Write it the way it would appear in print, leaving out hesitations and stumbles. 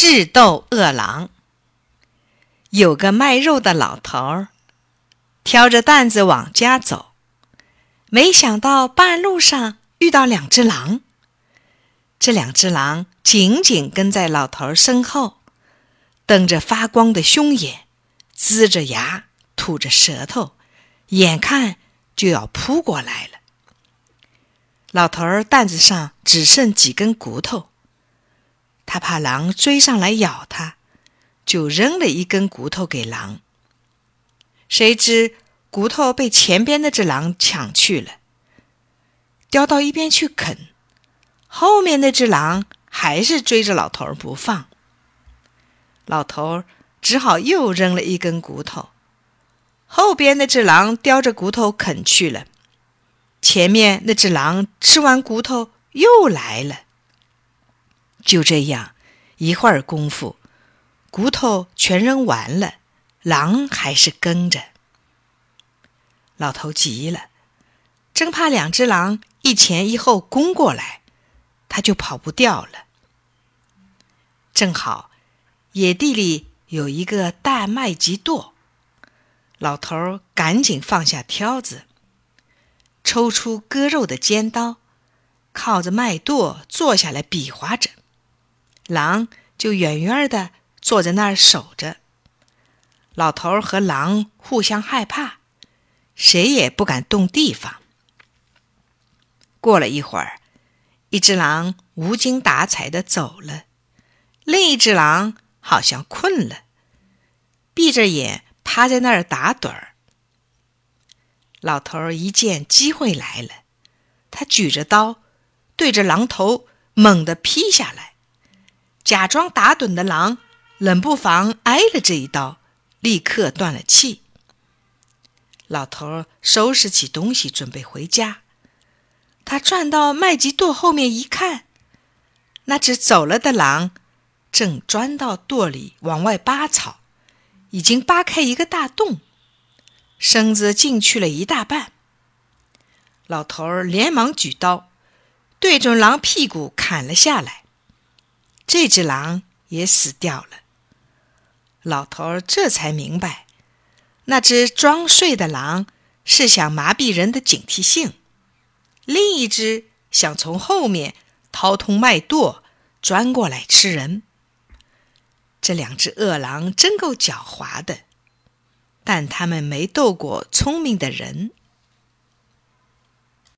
智斗饿狼。有个卖肉的老头，挑着担子往家走，没想到半路上遇到2只狼。这2只狼紧紧跟在老头身后，瞪着发光的凶眼，呲着牙，吐着舌头，眼看就要扑过来了。老头担子上只剩几根骨头，他怕狼追上来咬他，就扔了一根骨头给狼。谁知骨头被前边那只狼抢去了，叼到一边去啃，后面那只狼还是追着老头不放。老头只好又扔了一根骨头，后边那只狼叼着骨头啃去了，前面那只狼吃完骨头又来了。就这样一会儿功夫，骨头全扔完了，狼还是跟着。老头急了，生怕2只狼一前一后攻过来，他就跑不掉了。正好野地里有一个大麦秸垛，老头赶紧放下挑子，抽出割肉的尖刀，靠着麦垛坐下来比划着，狼就远远地坐在那儿守着。老头和狼互相害怕，谁也不敢动地方。过了一会儿，一只狼无精打采地走了，另一只狼好像困了，闭着眼趴在那儿打盹儿。老头一见机会来了，他举着刀对着狼头猛地劈下来，假装打盹的狼冷不防挨了这一刀，立刻断了气。老头收拾起东西准备回家，他转到麦秸垛后面一看，那只走了的狼正钻到垛里往外扒草，已经扒开一个大洞，身子进去了一大半。老头连忙举刀对准狼屁股砍了下来，这只狼也死掉了。老头这才明白，那只装睡的狼是想麻痹人的警惕性，另一只想从后面掏通麦垛钻过来吃人。这2只恶狼真够狡猾的，但他们没斗过聪明的人。